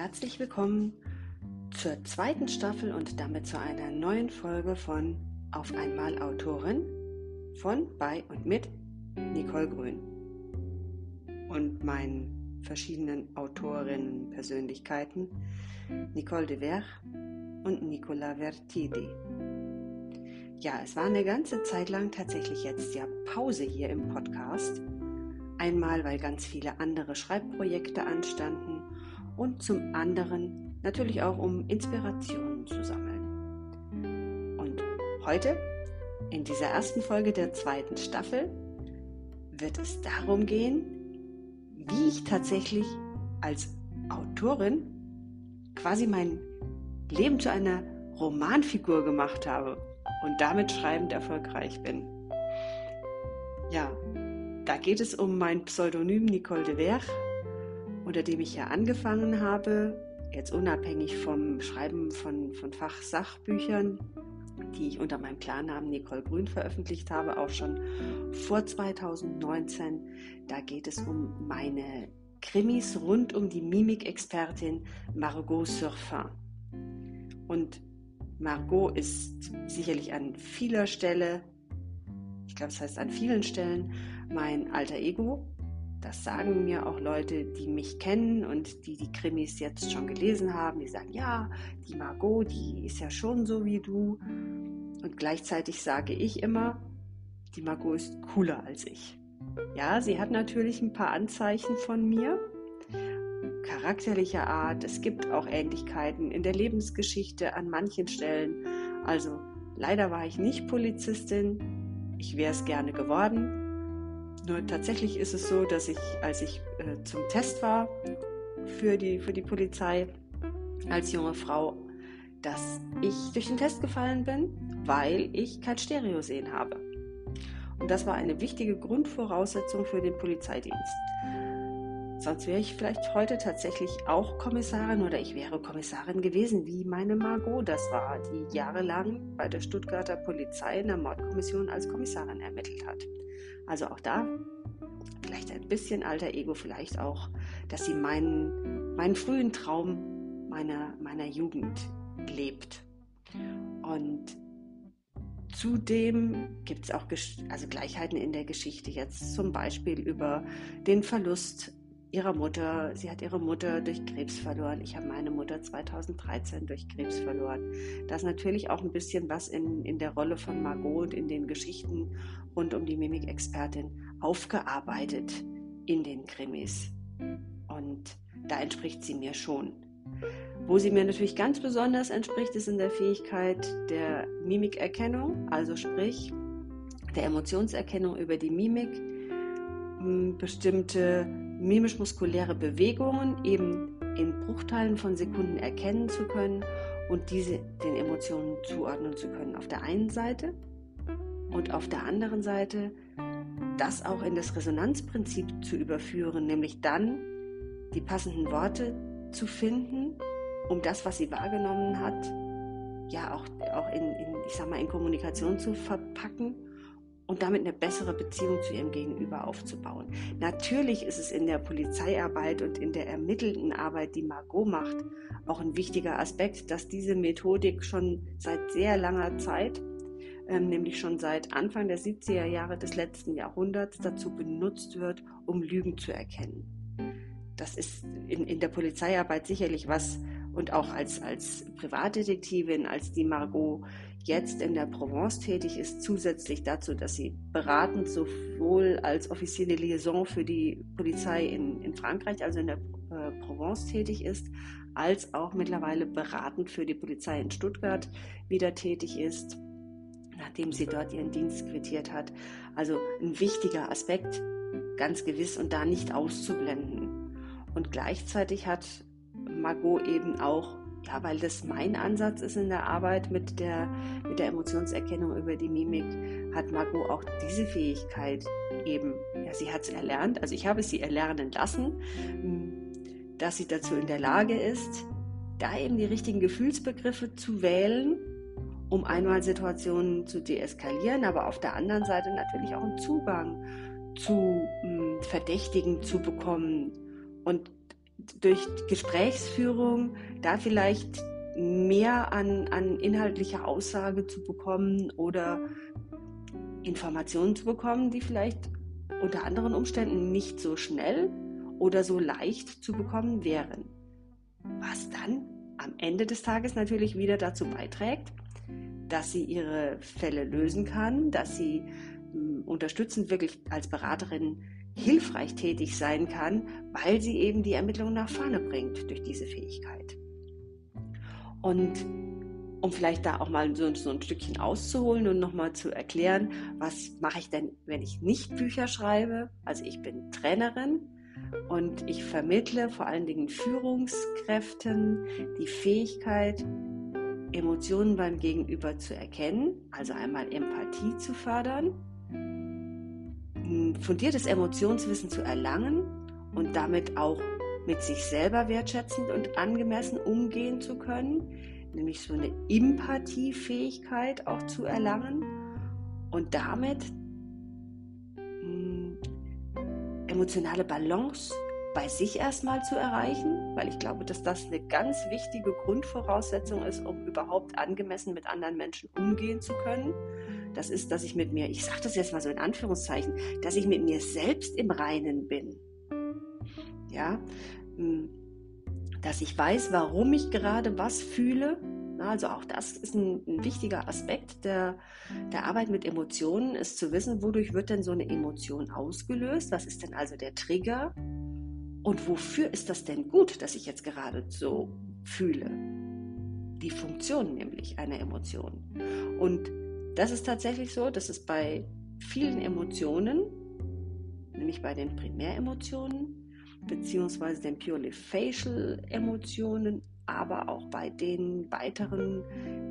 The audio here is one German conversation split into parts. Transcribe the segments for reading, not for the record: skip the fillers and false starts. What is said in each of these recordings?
herzlich willkommen zur zweiten Staffel und damit zu einer neuen Folge von Auf einmal Autorin von, bei und mit Nicole Grün und meinen verschiedenen Autorinnen-Persönlichkeiten Nicole de Ver und Nicola Vertidi. Ja, es war eine ganze Zeit lang tatsächlich jetzt ja Pause hier im Podcast. Einmal, weil ganz viele andere Schreibprojekte anstanden und zum anderen natürlich auch, um Inspirationen zu sammeln. Und heute, in dieser ersten Folge der zweiten Staffel, wird es darum gehen, wie ich tatsächlich als Autorin quasi mein Leben zu einer Romanfigur gemacht habe und damit schreibend erfolgreich bin. Ja, da geht es um mein Pseudonym Nicole de Ver, unter dem ich ja angefangen habe, jetzt unabhängig vom Schreiben von Fachsachbüchern, die ich unter meinem Klarnamen Nicole Grün veröffentlicht habe, auch schon vor 2019. Da geht es um meine Krimis rund um die Mimikexpertin Margot Surfin. Und Margot ist sicherlich an vieler Stelle, ich glaube, es heißt an vielen Stellen, mein alter Ego. Das sagen mir auch Leute, die mich kennen und die Krimis jetzt schon gelesen haben. Die sagen, ja, die Margot, die ist ja schon so wie du. Und gleichzeitig sage ich immer, die Margot ist cooler als ich. Ja, sie hat natürlich ein paar Anzeichen von mir, charakterlicher Art. Es gibt auch Ähnlichkeiten in der Lebensgeschichte an manchen Stellen. Also leider war ich nicht Polizistin. Ich wäre es gerne geworden. Nur tatsächlich ist es so, dass ich, als ich zum Test war für die Polizei als junge Frau, dass ich durch den Test gefallen bin, weil ich kein Stereo sehen habe. Und das war eine wichtige Grundvoraussetzung für den Polizeidienst. Sonst wäre ich vielleicht heute tatsächlich auch Kommissarin oder ich wäre Kommissarin gewesen, wie meine Margot das war, die jahrelang bei der Stuttgarter Polizei in der Mordkommission als Kommissarin ermittelt hat. Also auch da vielleicht ein bisschen alter Ego, vielleicht auch, dass sie meinen frühen Traum meiner Jugend lebt. Und zudem gibt es auch Gleichheiten in der Geschichte, jetzt zum Beispiel über den Verlust ihrer Mutter. Sie hat ihre Mutter durch Krebs verloren. Ich habe meine Mutter 2013 durch Krebs verloren. Da ist natürlich auch ein bisschen was in der Rolle von Margot und in den Geschichten rund um die Mimikexpertin aufgearbeitet in den Krimis. Und da entspricht sie mir schon. Wo sie mir natürlich ganz besonders entspricht, ist in der Fähigkeit der Mimikerkennung, also sprich der Emotionserkennung über die Mimik, bestimmte mimisch-muskuläre Bewegungen eben in Bruchteilen von Sekunden erkennen zu können und diese den Emotionen zuordnen zu können auf der einen Seite und auf der anderen Seite das auch in das Resonanzprinzip zu überführen, nämlich dann die passenden Worte zu finden, um das, was sie wahrgenommen hat, ja auch in Kommunikation zu verpacken und damit eine bessere Beziehung zu ihrem Gegenüber aufzubauen. Natürlich ist es in der Polizeiarbeit und in der ermittelnden Arbeit, die Margot macht, auch ein wichtiger Aspekt, dass diese Methodik schon seit sehr langer Zeit, nämlich schon seit Anfang der 70er Jahre des letzten Jahrhunderts, dazu benutzt wird, um Lügen zu erkennen. Das ist in der Polizeiarbeit sicherlich was, und auch als Privatdetektivin, als die Margot jetzt in der Provence tätig ist, zusätzlich dazu, dass sie beratend sowohl als offizielle Liaison für die Polizei in Frankreich, also in der Provence tätig ist, als auch mittlerweile beratend für die Polizei in Stuttgart wieder tätig ist, nachdem sie dort ihren Dienst quittiert hat. Also ein wichtiger Aspekt, ganz gewiss, und da nicht auszublenden. Und gleichzeitig hat Margot eben auch, ja, weil das mein Ansatz ist in der Arbeit mit der Emotionserkennung über die Mimik, hat Margot auch diese Fähigkeit eben, ja, sie hat es erlernt, also ich habe es sie erlernen lassen, dass sie dazu in der Lage ist, da eben die richtigen Gefühlsbegriffe zu wählen, um einmal Situationen zu deeskalieren, aber auf der anderen Seite natürlich auch einen Zugang zu Verdächtigen zu bekommen und durch Gesprächsführung da vielleicht mehr an inhaltlicher Aussage zu bekommen oder Informationen zu bekommen, die vielleicht unter anderen Umständen nicht so schnell oder so leicht zu bekommen wären. Was dann am Ende des Tages natürlich wieder dazu beiträgt, dass sie ihre Fälle lösen kann, dass sie unterstützend wirklich als Beraterin hilfreich tätig sein kann, weil sie eben die Ermittlungen nach vorne bringt durch diese Fähigkeit. Und um vielleicht da auch mal so ein Stückchen auszuholen und nochmal zu erklären, was mache ich denn, wenn ich nicht Bücher schreibe? Also ich bin Trainerin und ich vermittle vor allen Dingen Führungskräften die Fähigkeit, Emotionen beim Gegenüber zu erkennen, also einmal Empathie zu fördern, fundiertes Emotionswissen zu erlangen und damit auch mit sich selber wertschätzend und angemessen umgehen zu können, nämlich so eine Empathiefähigkeit auch zu erlangen und damit emotionale Balance bei sich erstmal zu erreichen, weil ich glaube, dass das eine ganz wichtige Grundvoraussetzung ist, um überhaupt angemessen mit anderen Menschen umgehen zu können. Das ist, dass ich mit mir, ich sage das jetzt mal so in Anführungszeichen, dass ich mit mir selbst im Reinen bin. Ja, dass ich weiß, warum ich gerade was fühle. Also auch das ist ein wichtiger Aspekt der Arbeit mit Emotionen, ist zu wissen, wodurch wird denn so eine Emotion ausgelöst? Was ist denn also der Trigger? Und wofür ist das denn gut, dass ich jetzt gerade so fühle? Die Funktion nämlich einer Emotion. Und das ist tatsächlich so, dass es bei vielen Emotionen, nämlich bei den Primäremotionen, beziehungsweise den purely facial Emotionen, aber auch bei den weiteren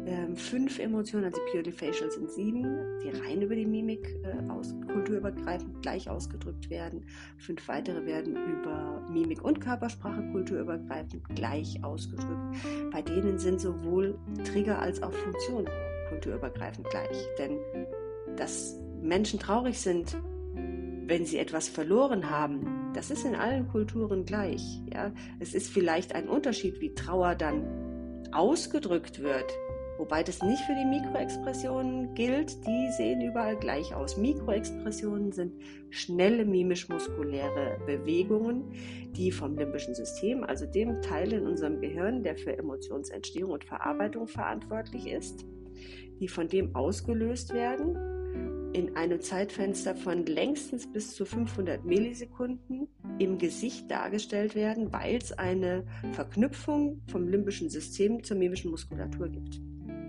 5 Emotionen, also purely facial sind 7, die rein über die Mimik kulturübergreifend gleich ausgedrückt werden. 5 weitere werden über Mimik und Körpersprache kulturübergreifend gleich ausgedrückt. Bei denen sind sowohl Trigger als auch Funktion kulturübergreifend gleich. Denn dass Menschen traurig sind, wenn sie etwas verloren haben, das ist in allen Kulturen gleich. Ja? Es ist vielleicht ein Unterschied, wie Trauer dann ausgedrückt wird, wobei das nicht für die Mikroexpressionen gilt, die sehen überall gleich aus. Mikroexpressionen sind schnelle mimisch-muskuläre Bewegungen, die vom limbischen System, also dem Teil in unserem Gehirn, der für Emotionsentstehung und Verarbeitung verantwortlich ist, die von dem ausgelöst werden, in einem Zeitfenster von längstens bis zu 500 Millisekunden im Gesicht dargestellt werden, weil es eine Verknüpfung vom limbischen System zur mimischen Muskulatur gibt.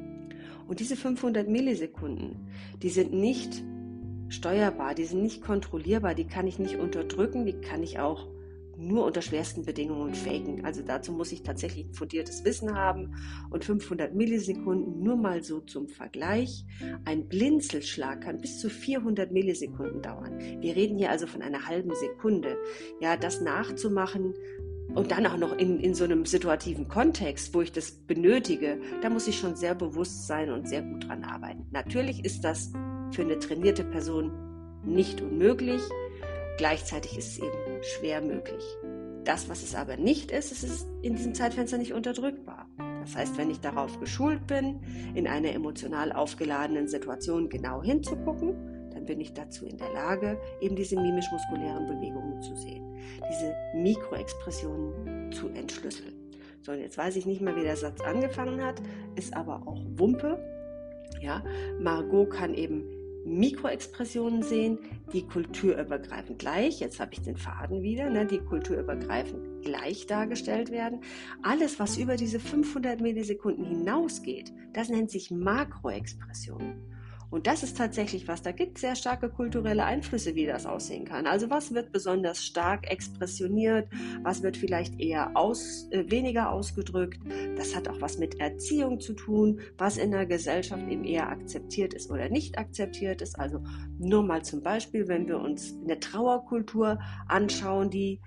Und diese 500 Millisekunden, die sind nicht steuerbar, die sind nicht kontrollierbar, die kann ich nicht unterdrücken, die kann ich auch nur unter schwersten Bedingungen faken. Also dazu muss ich tatsächlich ein fundiertes Wissen haben und 500 Millisekunden, nur mal so zum Vergleich. Ein Blinzelschlag kann bis zu 400 Millisekunden dauern. Wir reden hier also von einer halben Sekunde. Ja, das nachzumachen und dann auch noch in so einem situativen Kontext, wo ich das benötige, da muss ich schon sehr bewusst sein und sehr gut dran arbeiten. Natürlich ist das für eine trainierte Person nicht unmöglich. Gleichzeitig ist es eben schwer möglich. Das, was es aber nicht ist, es ist in diesem Zeitfenster nicht unterdrückbar. Das heißt, wenn ich darauf geschult bin, in einer emotional aufgeladenen Situation genau hinzugucken, dann bin ich dazu in der Lage, eben diese mimisch-muskulären Bewegungen zu sehen, diese Mikroexpressionen zu entschlüsseln. So, und jetzt weiß ich nicht mehr, wie der Satz angefangen hat, ist aber auch Wumpe. Ja, Margot kann eben Mikroexpressionen sehen, die kulturübergreifend gleich, jetzt habe ich den Faden wieder, die kulturübergreifend gleich dargestellt werden. Alles, was über diese 500 Millisekunden hinausgeht, das nennt sich Makroexpression. Und das ist tatsächlich was, da gibt es sehr starke kulturelle Einflüsse, wie das aussehen kann. Also was wird besonders stark expressioniert, was wird vielleicht eher weniger ausgedrückt. Das hat auch was mit Erziehung zu tun, was in der Gesellschaft eben eher akzeptiert ist oder nicht akzeptiert ist. Also nur mal zum Beispiel, wenn wir uns eine Trauerkultur anschauen, die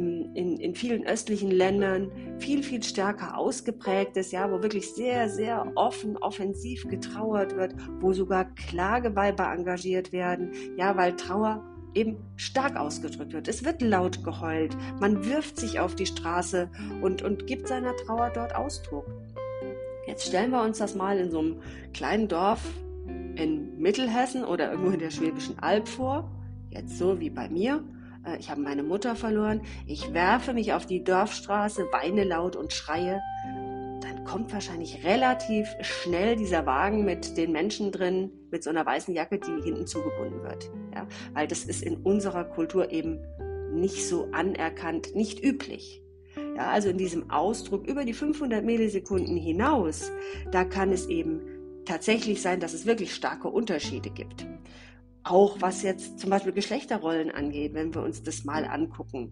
in vielen östlichen Ländern viel, viel stärker ausgeprägt ist, ja, wo wirklich sehr, sehr offen, offensiv getrauert wird, wo sogar Klageweiber engagiert werden, ja, weil Trauer eben stark ausgedrückt wird. Es wird laut geheult, man wirft sich auf die Straße und gibt seiner Trauer dort Ausdruck. Jetzt stellen wir uns das mal in so einem kleinen Dorf in Mittelhessen oder irgendwo in der Schwäbischen Alb vor, jetzt so wie bei mir. Ich habe meine Mutter verloren, ich werfe mich auf die Dorfstraße, weine laut und schreie. Dann kommt wahrscheinlich relativ schnell dieser Wagen mit den Menschen drin, mit so einer weißen Jacke, die hinten zugebunden wird. Ja? Weil das ist in unserer Kultur eben nicht so anerkannt, nicht üblich. Ja, also in diesem Ausdruck über die 500 Millisekunden hinaus, da kann es eben tatsächlich sein, dass es wirklich starke Unterschiede gibt. Auch was jetzt zum Beispiel Geschlechterrollen angeht, wenn wir uns das mal angucken.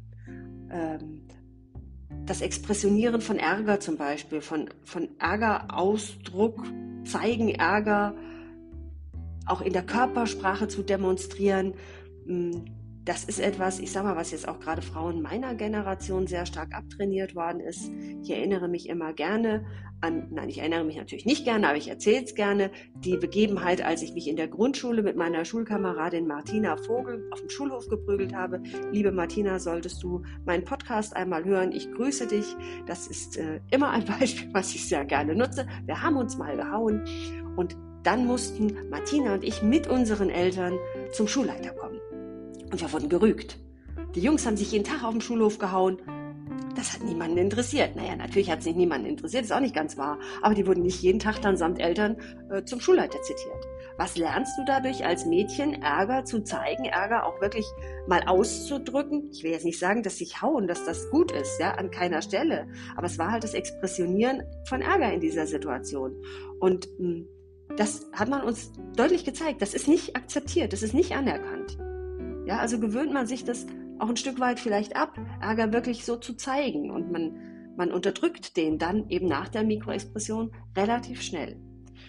Das Expressionieren von Ärger zum Beispiel, von Ärgerausdruck, zeigen Ärger, auch in der Körpersprache zu demonstrieren. Das ist etwas, ich sag mal, was jetzt auch gerade Frauen meiner Generation sehr stark abtrainiert worden ist. Ich erinnere mich immer gerne ich erinnere mich natürlich nicht gerne, aber ich erzähle es gerne, die Begebenheit, als ich mich in der Grundschule mit meiner Schulkameradin Martina Vogel auf dem Schulhof geprügelt habe. Liebe Martina, solltest du meinen Podcast einmal hören, ich grüße dich. Das ist immer ein Beispiel, was ich sehr gerne nutze. Wir haben uns mal gehauen und dann mussten Martina und ich mit unseren Eltern zum Schulleiter kommen. Und wir wurden gerügt. Die Jungs haben sich jeden Tag auf dem Schulhof gehauen. Das hat niemanden interessiert. Naja, natürlich hat es nicht niemanden interessiert, ist auch nicht ganz wahr. Aber die wurden nicht jeden Tag dann samt Eltern zum Schulleiter zitiert. Was lernst du dadurch als Mädchen? Ärger zu zeigen, Ärger auch wirklich mal auszudrücken. Ich will jetzt nicht sagen, dass sich hauen, dass das gut ist, ja, an keiner Stelle. Aber es war halt das Expressionieren von Ärger in dieser Situation. Und das hat man uns deutlich gezeigt. Das ist nicht akzeptiert, das ist nicht anerkannt. Ja, also gewöhnt man sich das auch ein Stück weit vielleicht ab, Ärger wirklich so zu zeigen. Und man unterdrückt den dann eben nach der Mikroexpression relativ schnell.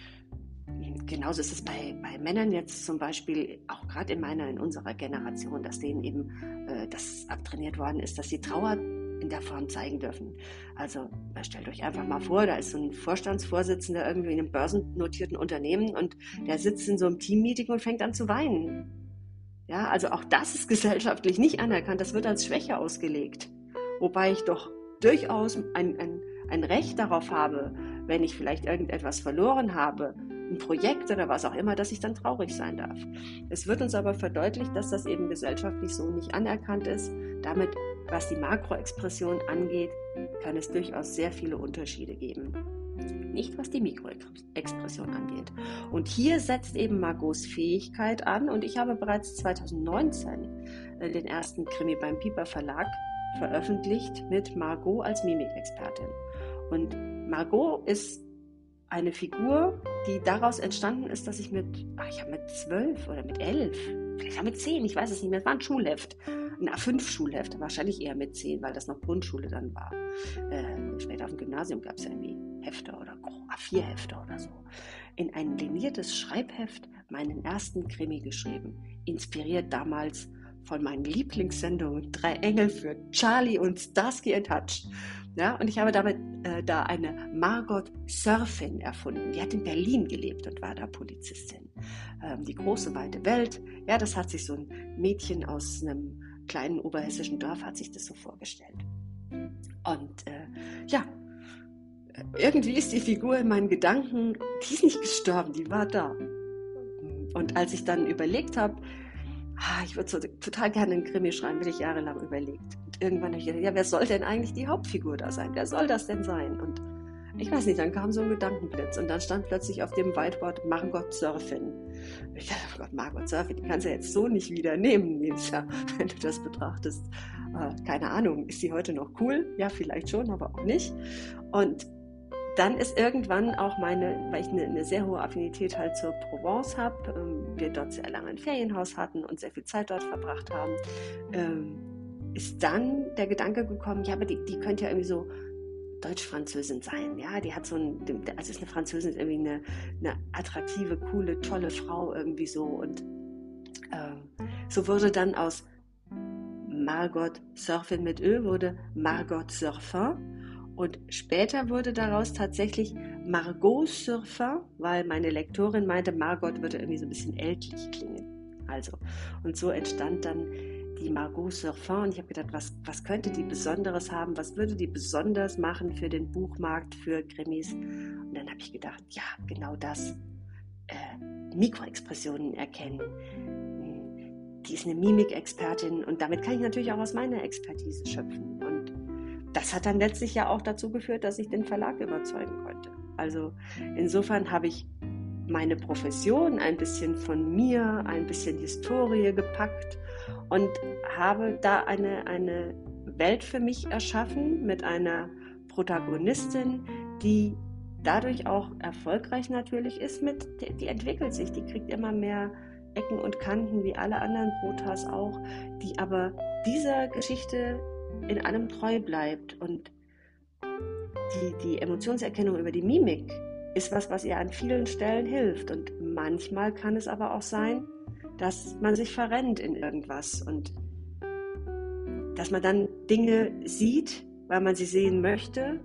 Genauso ist es bei Männern jetzt zum Beispiel, auch gerade in unserer Generation, dass denen eben das abtrainiert worden ist, dass sie Trauer in der Form zeigen dürfen. Also stellt euch einfach mal vor, da ist so ein Vorstandsvorsitzender irgendwie in einem börsennotierten Unternehmen und der sitzt in so einem Teammeeting und fängt an zu weinen. Ja, also auch das ist gesellschaftlich nicht anerkannt, das wird als Schwäche ausgelegt. Wobei ich doch durchaus ein Recht darauf habe, wenn ich vielleicht irgendetwas verloren habe, ein Projekt oder was auch immer, dass ich dann traurig sein darf. Es wird uns aber verdeutlicht, dass das eben gesellschaftlich so nicht anerkannt ist. Damit, was die Makroexpression angeht, kann es durchaus sehr viele Unterschiede geben. Nicht, was die Mikroexpression angeht. Und hier setzt eben Margots Fähigkeit an und ich habe bereits 2019 den ersten Krimi beim Piper Verlag veröffentlicht mit Margot als Mimikexpertin. Und Margot ist eine Figur, die daraus entstanden ist, dass ich mit 12 oder mit 11, vielleicht auch mit 10, ich weiß es nicht mehr, es war ein Schulheft, ein A5-Schulheft, wahrscheinlich eher mit 10, weil das noch Grundschule dann war. Später auf dem Gymnasium gab es ja irgendwie Hefte oder A4-Hefte oder so. In ein liniertes Schreibheft meinen ersten Krimi geschrieben, inspiriert damals von meinen Lieblingssendungen 3 Engel für Charlie und Starsky and Hutch. Ja, und ich habe damit da eine Margot Sörfin erfunden. Die hat in Berlin gelebt und war da Polizistin. Die große, weite Welt, ja, das hat sich so ein Mädchen aus einem kleinen oberhessischen Dorf, hat sich das so vorgestellt. Und irgendwie ist die Figur in meinen Gedanken, die ist nicht gestorben, die war da. Und als ich dann überlegt habe, ich würde so total gerne einen Krimi schreiben, will ich jahrelang überlegt. Und irgendwann habe ich gedacht, ja, wer soll denn eigentlich die Hauptfigur da sein? Wer soll das denn sein? Und ich weiß nicht, dann kam so ein Gedankenblitz und dann stand plötzlich auf dem Whiteboard Margot Sörfin. Ich dachte, oh Gott, Margot Sörfin, die kannst du ja jetzt so nicht wieder nehmen, Nils, wenn du das betrachtest. Keine Ahnung, ist sie heute noch cool? Ja, vielleicht schon, aber auch nicht. Und dann ist irgendwann auch weil ich eine sehr hohe Affinität halt zur Provence habe, wir dort sehr lange ein Ferienhaus hatten und sehr viel Zeit dort verbracht haben, ist dann der Gedanke gekommen, ja, aber die könnte ja irgendwie so Deutsch-Französin sein, ja, die hat ist eine Französin, ist irgendwie eine attraktive, coole, tolle Frau irgendwie so und so wurde dann aus Margot Sörfin mit Ö wurde Margot Sörfin. Und später wurde daraus tatsächlich Margot Sörfin, weil meine Lektorin meinte, Margot würde irgendwie so ein bisschen ältlich klingen. Also, und so entstand dann die Margot Surfin und ich habe gedacht, was könnte die Besonderes haben, was würde die besonders machen für den Buchmarkt, für Krimis? Und dann habe ich gedacht, ja, genau das, Mikroexpressionen erkennen. Die ist eine Mimikexpertin und damit kann ich natürlich auch aus meiner Expertise schöpfen. Und das hat dann letztlich ja auch dazu geführt, dass ich den Verlag überzeugen konnte. Also insofern habe ich meine Profession ein bisschen von mir, ein bisschen Historie gepackt und habe da eine Welt für mich erschaffen mit einer Protagonistin, die dadurch auch erfolgreich natürlich ist, die entwickelt sich, die kriegt immer mehr Ecken und Kanten, wie alle anderen Protas auch, die aber dieser Geschichte in allem treu bleibt. Und die Emotionserkennung über die Mimik ist was ihr an vielen Stellen hilft. Und manchmal kann es aber auch sein, dass man sich verrennt in irgendwas und dass man dann Dinge sieht, weil man sie sehen möchte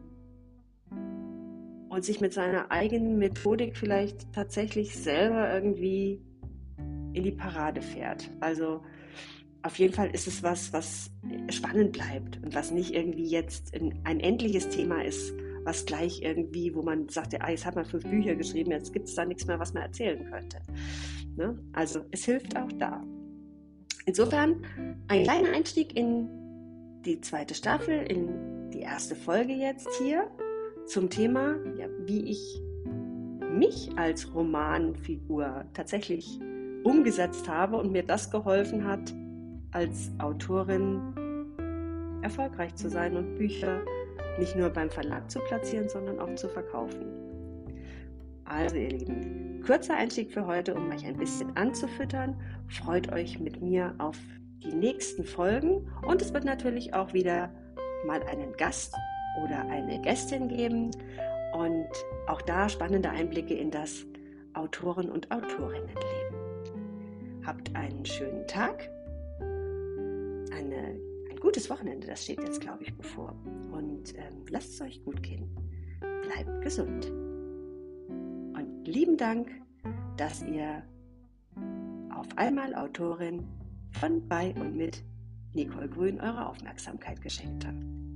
und sich mit seiner eigenen Methodik vielleicht tatsächlich selber irgendwie in die Parade fährt. Also auf jeden Fall ist es was spannend bleibt und was nicht irgendwie jetzt ein endliches Thema ist, was gleich irgendwie, wo man sagt, ja, jetzt hat man 5 Bücher geschrieben, jetzt gibt es da nichts mehr, was man erzählen könnte. Ne? Also es hilft auch da. Insofern ein kleiner Einstieg in die 2. Staffel, in die 1. Folge jetzt hier zum Thema, ja, wie ich mich als Romanfigur tatsächlich umgesetzt habe und mir das geholfen hat, als Autorin erfolgreich zu sein und Bücher nicht nur beim Verlag zu platzieren, sondern auch zu verkaufen. Also ihr Lieben, kurzer Einstieg für heute, um euch ein bisschen anzufüttern. Freut euch mit mir auf die nächsten Folgen und es wird natürlich auch wieder mal einen Gast oder eine Gästin geben und auch da spannende Einblicke in das Autoren- und Autorinnenleben. Habt einen schönen Tag, ein gutes Wochenende, das steht jetzt, glaube ich, bevor. Und lasst es euch gut gehen. Bleibt gesund. Und lieben Dank, dass ihr auf einmal Autorin von, bei und mit Nicole Grün eure Aufmerksamkeit geschenkt habt.